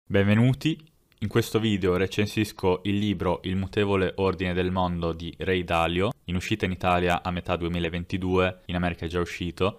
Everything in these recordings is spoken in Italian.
Benvenuti, in questo video recensisco il libro Il mutevole ordine del mondo di Ray Dalio, in uscita in Italia a metà 2022, in America è già uscito.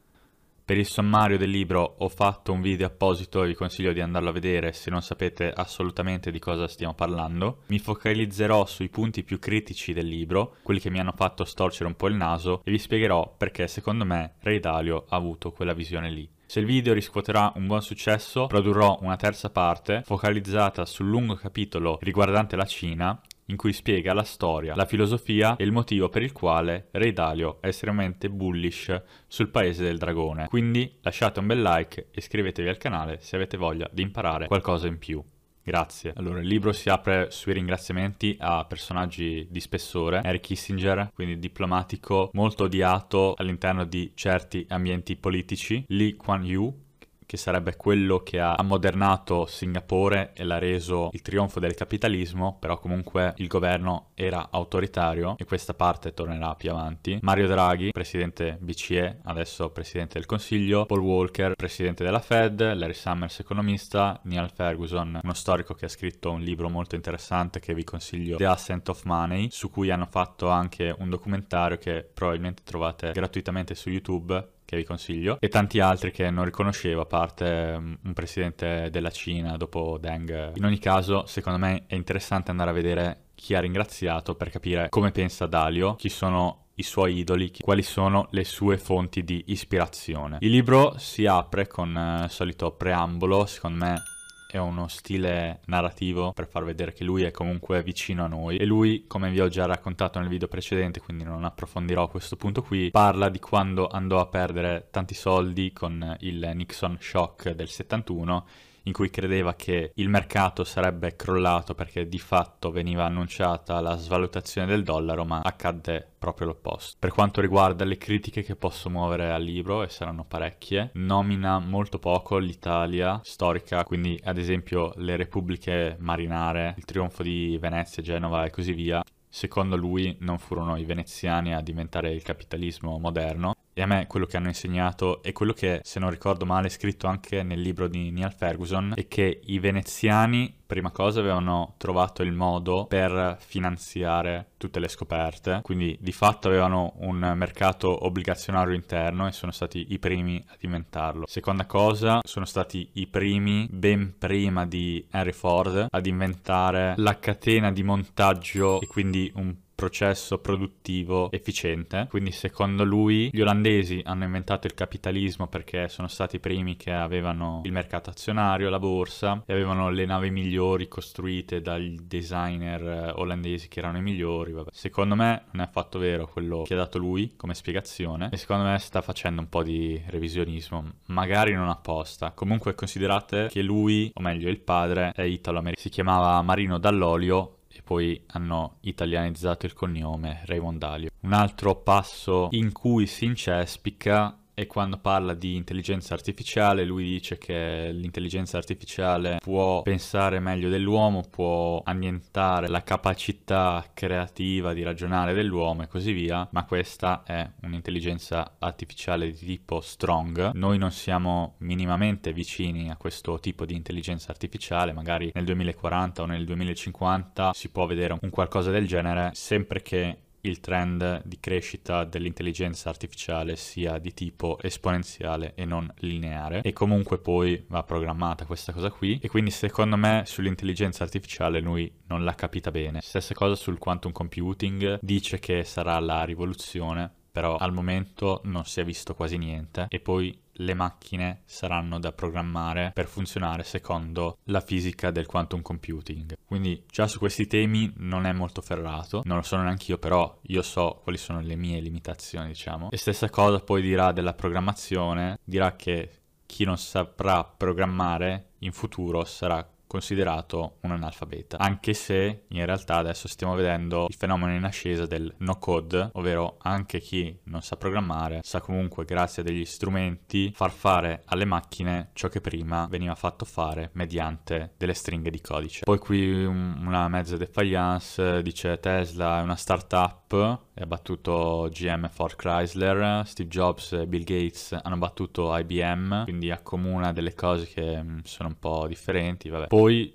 Per il sommario del libro ho fatto un video apposito e vi consiglio di andarlo a vedere se non sapete assolutamente di cosa stiamo parlando. Mi focalizzerò sui punti più critici del libro, quelli che mi hanno fatto storcere un po' il naso, e vi spiegherò perché secondo me Ray Dalio ha avuto quella visione lì. Se il video riscuoterà un buon successo, produrrò una terza parte focalizzata sul lungo capitolo riguardante la Cina, in cui spiega la storia, la filosofia e il motivo per il quale Ray Dalio è estremamente bullish sul paese del dragone. Quindi lasciate un bel like e iscrivetevi al canale se avete voglia di imparare qualcosa in più. Grazie. Allora, il libro si apre sui ringraziamenti a personaggi di spessore. Henry Kissinger, quindi diplomatico molto odiato all'interno di certi ambienti politici. Lee Kuan Yew, che sarebbe quello che ha ammodernato Singapore e l'ha reso il trionfo del capitalismo, però comunque il governo era autoritario e questa parte tornerà più avanti. Mario Draghi, presidente BCE, adesso presidente del Consiglio. Paul Walker, presidente della Fed. Larry Summers, economista. Neil Ferguson, uno storico che ha scritto un libro molto interessante che vi consiglio, The Ascent of Money, su cui hanno fatto anche un documentario che probabilmente trovate gratuitamente su YouTube, che vi consiglio, e tanti altri che non riconoscevo, a parte un presidente della Cina dopo Deng. In ogni caso, secondo me è interessante andare a vedere chi ha ringraziato per capire come pensa Dalio, chi sono i suoi idoli, quali sono le sue fonti di ispirazione. Il libro si apre con il solito preambolo, secondo me è uno stile narrativo per far vedere che lui è comunque vicino a noi, e lui, come vi ho già raccontato nel video precedente, quindi non approfondirò questo punto qui, parla di quando andò a perdere tanti soldi con il Nixon shock del 71, in cui credeva che il mercato sarebbe crollato perché di fatto veniva annunciata la svalutazione del dollaro, ma accadde proprio l'opposto. Per quanto riguarda le critiche che posso muovere al libro, e saranno parecchie, nomina molto poco l'Italia storica, quindi ad esempio le repubbliche marinare, il trionfo di Venezia, Genova e così via. Secondo lui non furono i veneziani a diventare il capitalismo moderno. E a me quello che hanno insegnato, e quello che, se non ricordo male, è scritto anche nel libro di Neil Ferguson, è che i veneziani, prima cosa, avevano trovato il modo per finanziare tutte le scoperte, quindi di fatto avevano un mercato obbligazionario interno e sono stati i primi a inventarlo. Seconda cosa, sono stati i primi, ben prima di Henry Ford, ad inventare la catena di montaggio e quindi un processo produttivo efficiente. Quindi secondo lui gli olandesi hanno inventato il capitalismo perché sono stati i primi che avevano il mercato azionario, la borsa, e avevano le navi migliori costruite dagli designer olandesi che erano i migliori. Vabbè. Secondo me non è affatto vero quello che ha dato lui come spiegazione, e secondo me sta facendo un po' di revisionismo, magari non apposta. Comunque considerate che lui, o meglio il padre, è italo-americano, si chiamava Marino Dall'Olio e poi hanno italianizzato il cognome Raymond Dalio. Un altro passo in cui si incespica è quando parla di intelligenza artificiale. Lui dice che l'intelligenza artificiale può pensare meglio dell'uomo, può annientare la capacità creativa di ragionare dell'uomo e così via, ma questa è un'intelligenza artificiale di tipo strong. Noi non siamo minimamente vicini a questo tipo di intelligenza artificiale, magari nel 2040 o nel 2050 si può vedere un qualcosa del genere, sempre che il trend di crescita dell'intelligenza artificiale sia di tipo esponenziale e non lineare, e comunque poi va programmata questa cosa qui, e quindi secondo me sull'intelligenza artificiale lui non l'ha capita bene. Stessa cosa sul quantum computing, dice che sarà la rivoluzione, però al momento non si è visto quasi niente, e poi le macchine saranno da programmare per funzionare secondo la fisica del quantum computing. Quindi già su questi temi non è molto ferrato, non lo sono neanche io, però io so quali sono le mie limitazioni, diciamo. E stessa cosa poi dirà della programmazione, dirà che chi non saprà programmare in futuro sarà considerato un analfabeta, anche se in realtà adesso stiamo vedendo il fenomeno in ascesa del no code, ovvero anche chi non sa programmare sa comunque, grazie a degli strumenti, far fare alle macchine ciò che prima veniva fatto fare mediante delle stringhe di codice. Poi qui una mezza defiance, dice Tesla è una startup e ha battuto GM Ford Chrysler, Steve Jobs e Bill Gates hanno battuto IBM, quindi accomuna delle cose che sono un po' differenti, vabbè. Poi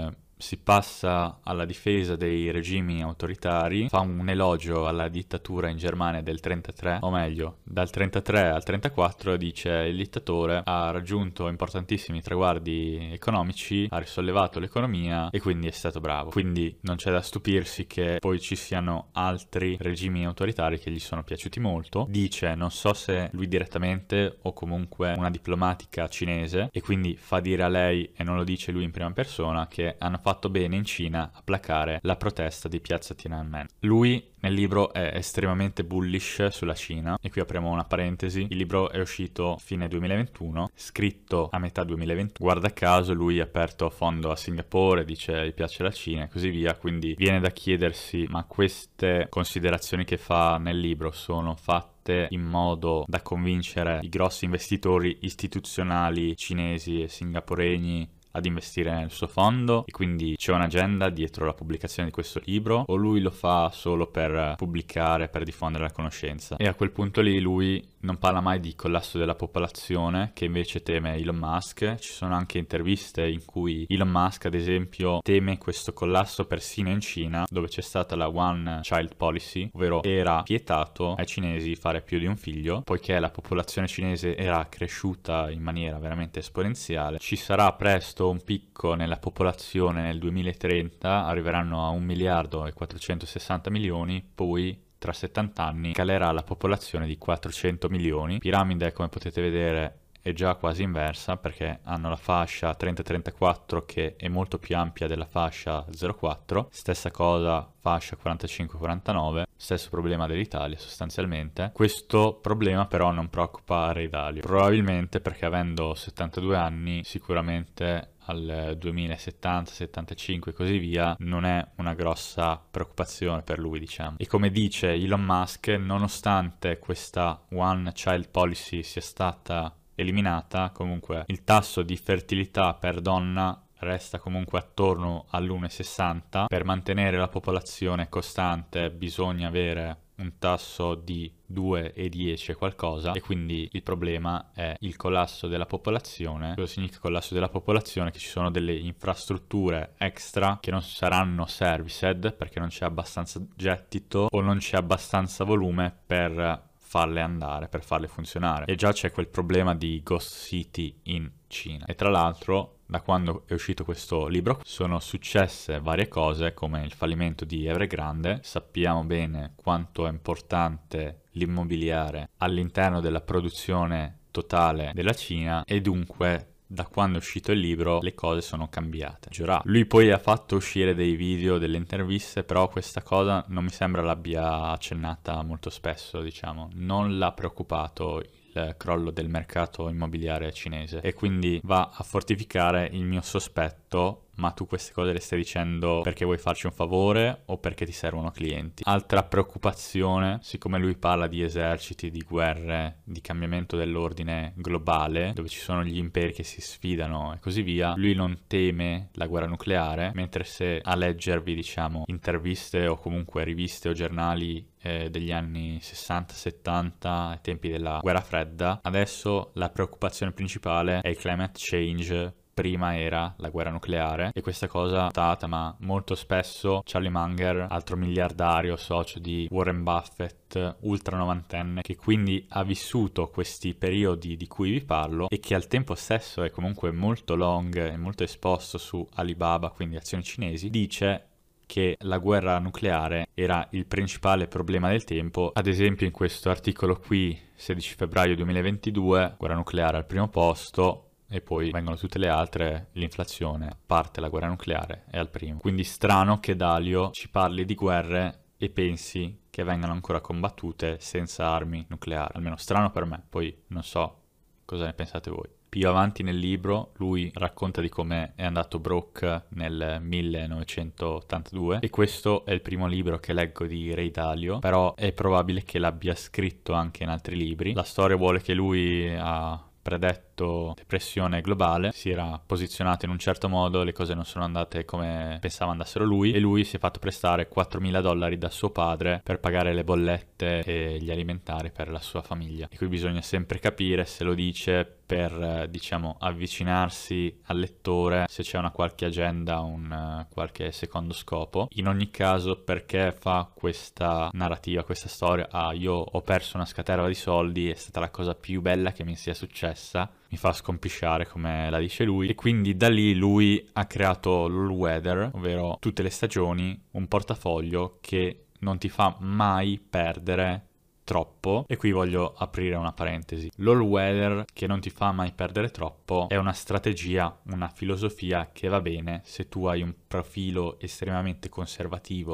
si passa alla difesa dei regimi autoritari, fa un elogio alla dittatura in Germania del 33, o meglio, dal 33 al 34 dice il dittatore ha raggiunto importantissimi traguardi economici, ha risollevato l'economia e quindi è stato bravo. Quindi non c'è da stupirsi che poi ci siano altri regimi autoritari che gli sono piaciuti molto. Dice, non so se lui direttamente o comunque una diplomatica cinese, e quindi fa dire a lei, e non lo dice lui in prima persona, che hanno fatto bene in Cina a placare la protesta di piazza Tiananmen. Lui nel libro è estremamente bullish sulla Cina, e qui apriamo una parentesi, il libro è uscito fine 2021, scritto a metà 2021, guarda caso lui è aperto fondo a Singapore, dice gli piace la Cina e così via, quindi viene da chiedersi, ma queste considerazioni che fa nel libro sono fatte in modo da convincere i grossi investitori istituzionali cinesi e singaporeni ad investire nel suo fondo, e quindi c'è un'agenda dietro la pubblicazione di questo libro, o lui lo fa solo per pubblicare, per diffondere la conoscenza? E a quel punto lì lui non parla mai di collasso della popolazione, che invece teme Elon Musk. Ci sono anche interviste in cui Elon Musk, ad esempio, teme questo collasso persino in Cina, dove c'è stata la One Child Policy, ovvero era vietato ai cinesi fare più di un figlio, poiché la popolazione cinese era cresciuta in maniera veramente esponenziale. Ci sarà presto un picco nella popolazione nel 2030, arriveranno a 1 miliardo e 460 milioni, poi tra 70 anni calerà la popolazione di 400 milioni. Piramide, come potete vedere, è già quasi inversa, perché hanno la fascia 30-34 che è molto più ampia della fascia 04, stessa cosa fascia 45-49, stesso problema dell'Italia sostanzialmente. Questo problema però non preoccupa Ray Dalio, probabilmente perché avendo 72 anni sicuramente al 2070, 75 e così via non è una grossa preoccupazione per lui, diciamo. E come dice Elon Musk, nonostante questa One Child Policy sia stata eliminata, comunque il tasso di fertilità per donna resta comunque attorno all'1,60. Per mantenere la popolazione costante bisogna avere un tasso di 2,10 e qualcosa, e quindi il problema è il collasso della popolazione. Cosa significa collasso della popolazione? Che ci sono delle infrastrutture extra che non saranno serviced perché non c'è abbastanza gettito o non c'è abbastanza volume per farle andare, per farle funzionare. E già c'è quel problema di Ghost City in Cina. E tra l'altro, da quando è uscito questo libro sono successe varie cose, come il fallimento di Evergrande. Sappiamo bene quanto è importante l'immobiliare all'interno della produzione totale della Cina, e dunque da quando è uscito il libro le cose sono cambiate. Lui poi ha fatto uscire dei video, delle interviste, però questa cosa non mi sembra l'abbia accennata molto spesso, diciamo. Non l'ha preoccupato il crollo del mercato immobiliare cinese, e quindi va a fortificare il mio sospetto: ma tu queste cose le stai dicendo perché vuoi farci un favore o perché ti servono clienti? Altra preoccupazione, siccome lui parla di eserciti, di guerre, di cambiamento dell'ordine globale, dove ci sono gli imperi che si sfidano e così via, lui non teme la guerra nucleare, mentre se a leggervi, diciamo, interviste o comunque riviste o giornali degli anni 60-70, ai tempi della guerra fredda, adesso la preoccupazione principale è il climate change. Prima era la guerra nucleare, e questa cosa è notata, ma molto spesso Charlie Munger, altro miliardario socio di Warren Buffett, ultra novantenne, che quindi ha vissuto questi periodi di cui vi parlo e che al tempo stesso è comunque molto long e molto esposto su Alibaba, quindi azioni cinesi, dice che la guerra nucleare era il principale problema del tempo. Ad esempio in questo articolo qui, 16 febbraio 2022, guerra nucleare al primo posto, e poi vengono tutte le altre, l'inflazione, a parte la guerra nucleare, è al primo. Quindi strano che Dalio ci parli di guerre e pensi che vengano ancora combattute senza armi nucleari. Almeno strano per me, poi non so cosa ne pensate voi. Più avanti nel libro lui racconta di come è andato broke nel 1982, e questo è il primo libro che leggo di Ray Dalio, però è probabile che l'abbia scritto anche in altri libri. La storia vuole che lui ha predetto effetto depressione globale, si era posizionato in un certo modo, le cose non sono andate come pensava andassero lui, e lui si è fatto prestare $4.000 da suo padre per pagare le bollette e gli alimentari per la sua famiglia. E qui bisogna sempre capire se lo dice per, diciamo, avvicinarsi al lettore, se c'è una qualche agenda, un qualche secondo scopo. In ogni caso, perché fa questa narrativa, questa storia, io ho perso una scaterva di soldi, è stata la cosa più bella che mi sia successa, mi fa scompisciare come la dice lui, e quindi da lì lui ha creato l'All Weather, ovvero tutte le stagioni, un portafoglio che non ti fa mai perdere troppo. E qui voglio aprire una parentesi. L'all weather che non ti fa mai perdere troppo è una strategia, una filosofia che va bene se tu hai un profilo estremamente conservativo.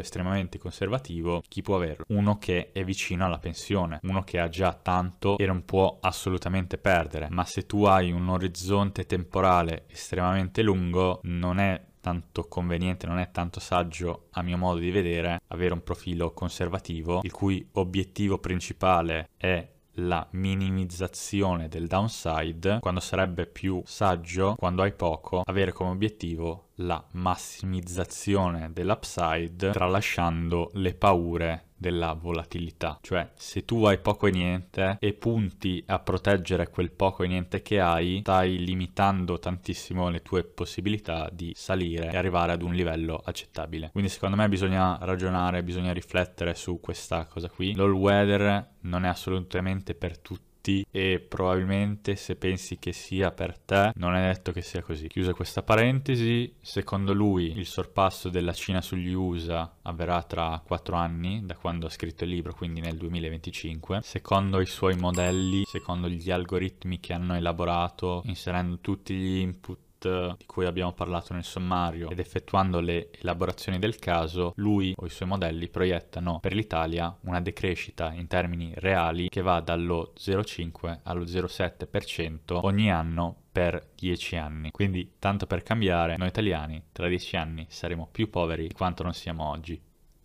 Chi può averlo? Uno che è vicino alla pensione, uno che ha già tanto e non può assolutamente perdere. Ma se tu hai un orizzonte temporale estremamente lungo, non è tanto conveniente, non è tanto saggio a mio modo di vedere avere un profilo conservativo il cui obiettivo principale è la minimizzazione del downside, quando sarebbe più saggio, quando hai poco, avere come obiettivo la massimizzazione dell'upside, tralasciando le paure della volatilità. Cioè, se tu hai poco e niente e punti a proteggere quel poco e niente che hai, stai limitando tantissimo le tue possibilità di salire e arrivare ad un livello accettabile. Quindi secondo me bisogna ragionare, bisogna riflettere su questa cosa qui. L'all weather non è assolutamente per tutti, e probabilmente se pensi che sia per te non è detto che sia così. Chiusa questa parentesi, secondo lui il sorpasso della Cina sugli USA avverrà tra 4 anni da quando ha scritto il libro, quindi nel 2025. Secondo i suoi modelli, secondo gli algoritmi che hanno elaborato, inserendo tutti gli input di cui abbiamo parlato nel sommario ed effettuando le elaborazioni del caso, lui o i suoi modelli proiettano per l'Italia una decrescita in termini reali che va dallo 0,5 allo 0,7% ogni anno per 10 anni. Quindi, tanto per cambiare, noi italiani tra 10 anni saremo più poveri di quanto non siamo oggi.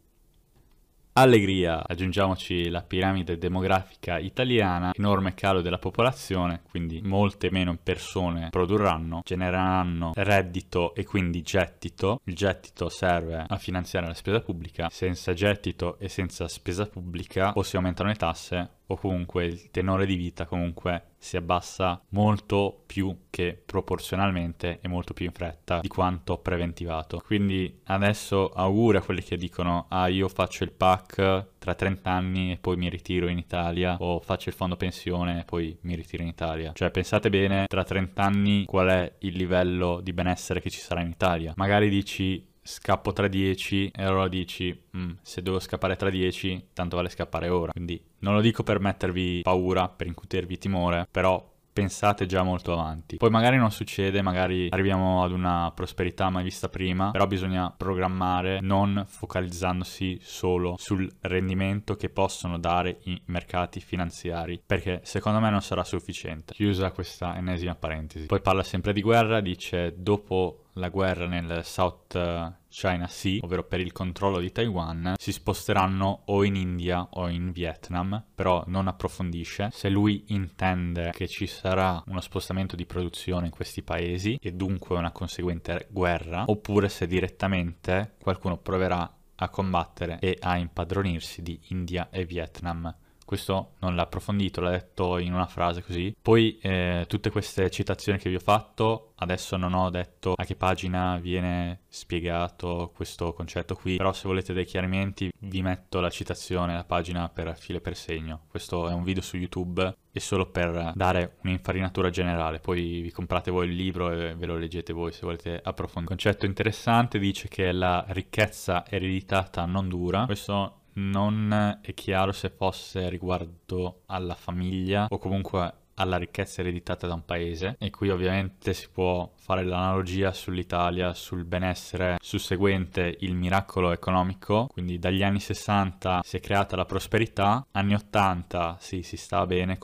Allegria, aggiungiamoci la piramide demografica italiana, enorme calo della popolazione, quindi molte meno persone produrranno, genereranno reddito e quindi gettito. Il gettito serve a finanziare la spesa pubblica, senza gettito e senza spesa pubblica o si aumentano le tasse o comunque il tenore di vita comunque si abbassa molto più che proporzionalmente e molto più in fretta di quanto preventivato. Quindi adesso auguro a quelli che dicono io faccio il PAC tra 30 anni e poi mi ritiro in Italia, o faccio il fondo pensione e poi mi ritiro in Italia. Cioè pensate bene, tra 30 anni qual è il livello di benessere che ci sarà in Italia. Magari dici scappo tra 10 e allora dici se devo scappare tra 10 tanto vale scappare ora. Quindi non lo dico per mettervi paura, per incutirvi timore, però pensate già molto avanti. Poi magari non succede, magari arriviamo ad una prosperità mai vista prima, però bisogna programmare non focalizzandosi solo sul rendimento che possono dare i mercati finanziari, perché secondo me non sarà sufficiente. Chiusa questa ennesima parentesi. Poi parla sempre di guerra, dice dopo la guerra nel South China Sea, ovvero per il controllo di Taiwan, si sposteranno o in India o in Vietnam, però non approfondisce se lui intende che ci sarà uno spostamento di produzione in questi paesi e dunque una conseguente guerra, oppure se direttamente qualcuno proverà a combattere e a impadronirsi di India e Vietnam. Questo non l'ha approfondito, l'ha detto in una frase così. Poi tutte queste citazioni che vi ho fatto, adesso non ho detto a che pagina viene spiegato questo concetto qui, però se volete dei chiarimenti vi metto la citazione, la pagina per filo e per segno. Questo è un video su YouTube e solo per dare un'infarinatura generale, poi vi comprate voi il libro e ve lo leggete voi se volete approfondire. Concetto interessante, dice che la ricchezza ereditata non dura. Questo non è chiaro se fosse riguardo alla famiglia o comunque alla ricchezza ereditata da un paese, e qui ovviamente si può fare l'analogia sull'Italia, sul benessere susseguente il miracolo economico. Quindi dagli anni 60 si è creata la prosperità, anni 80 sì, si stava bene con la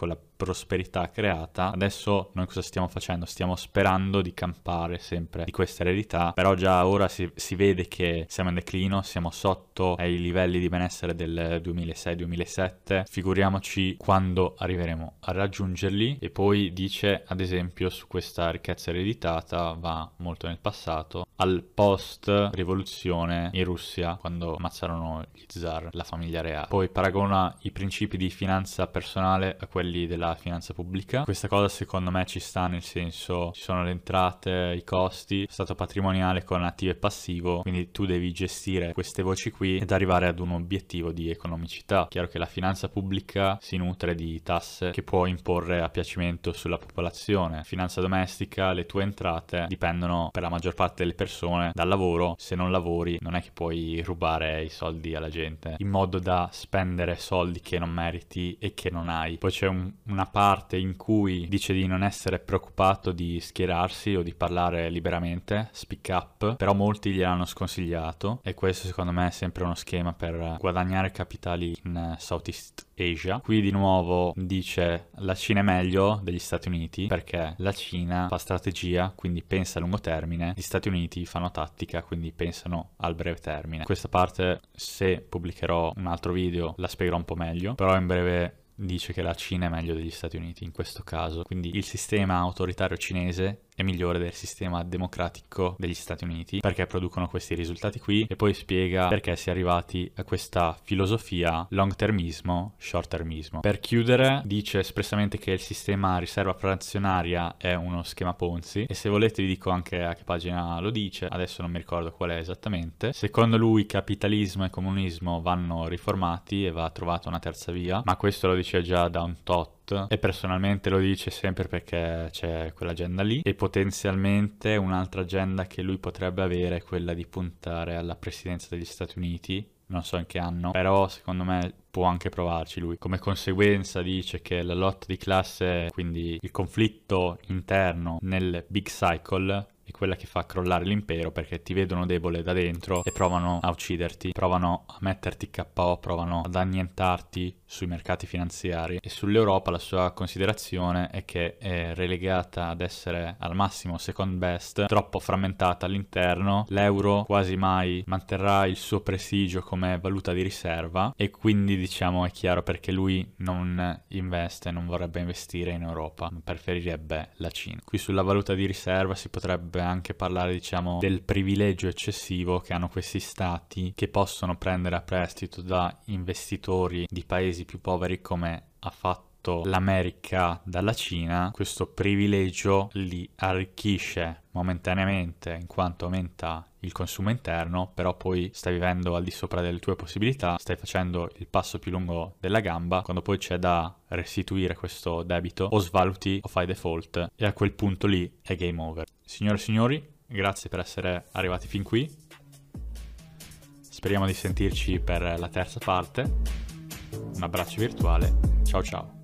prosperità creata, adesso noi cosa stiamo facendo? Stiamo sperando di campare sempre di questa eredità, però già ora si vede che siamo in declino, siamo sotto ai livelli di benessere del 2006-2007, figuriamoci quando arriveremo a raggiungerli. E poi dice, ad esempio, su questa ricchezza ereditata, va molto nel passato, al post rivoluzione in Russia, quando ammazzarono gli zar, la famiglia reale. Poi paragona i principi di finanza personale a quelli della finanza pubblica. Questa cosa secondo me ci sta, nel senso, ci sono le entrate, i costi, stato patrimoniale con attivo e passivo, quindi tu devi gestire queste voci qui ed arrivare ad un obiettivo di economicità. Chiaro che la finanza pubblica si nutre di tasse che può imporre a piacimento sulla popolazione. Finanza domestica, le tue entrate dipendono per la maggior parte delle persone dal lavoro. Se non lavori non è che puoi rubare i soldi alla gente in modo da spendere soldi che non meriti e che non hai. Poi c'è una parte in cui dice di non essere preoccupato di schierarsi o di parlare liberamente, speak up, però molti gliel'hanno sconsigliato, e questo secondo me è sempre uno schema per guadagnare capitali in Southeast Asia. Qui di nuovo dice la Cina è meglio degli Stati Uniti perché la Cina fa strategia, quindi pensa a lungo termine, gli Stati Uniti fanno tattica, quindi pensano al breve termine. Questa parte, se pubblicherò un altro video, la spiegherò un po' meglio, però in breve dice che la Cina è meglio degli Stati Uniti in questo caso, quindi il sistema autoritario cinese è migliore del sistema democratico degli Stati Uniti perché producono questi risultati qui, e poi spiega perché si è arrivati a questa filosofia long termismo, short termismo. Per chiudere dice espressamente che il sistema riserva frazionaria è uno schema Ponzi, e se volete vi dico anche a che pagina lo dice, adesso non mi ricordo qual è esattamente. Secondo lui capitalismo e comunismo vanno riformati e va trovata una terza via, ma questo lo dice già da un tot, e personalmente lo dice sempre perché c'è quell'agenda lì, e potenzialmente un'altra agenda che lui potrebbe avere è quella di puntare alla presidenza degli Stati Uniti, non so in che anno, però secondo me può anche provarci lui. Come conseguenza dice che la lotta di classe, quindi il conflitto interno nel big cycle, è quella che fa crollare l'impero, perché ti vedono debole da dentro e provano a ucciderti, provano a metterti KO, provano ad annientarti sui mercati finanziari. E sull'Europa la sua considerazione è che è relegata ad essere al massimo second best, troppo frammentata all'interno, l'euro quasi mai manterrà il suo prestigio come valuta di riserva, e quindi diciamo è chiaro perché lui non investe, non vorrebbe investire in Europa, preferirebbe la Cina. Qui sulla valuta di riserva si potrebbe anche parlare, diciamo, del privilegio eccessivo che hanno questi stati, che possono prendere a prestito da investitori di paesi più poveri, come ha fatto l'America dalla Cina. Questo privilegio li arricchisce momentaneamente in quanto aumenta il consumo interno, però poi stai vivendo al di sopra delle tue possibilità, stai facendo il passo più lungo della gamba, quando poi c'è da restituire questo debito o svaluti o fai default, e a quel punto lì è game over. Signore e signori, grazie per essere arrivati fin qui, speriamo di sentirci per la terza parte, un abbraccio virtuale, ciao ciao.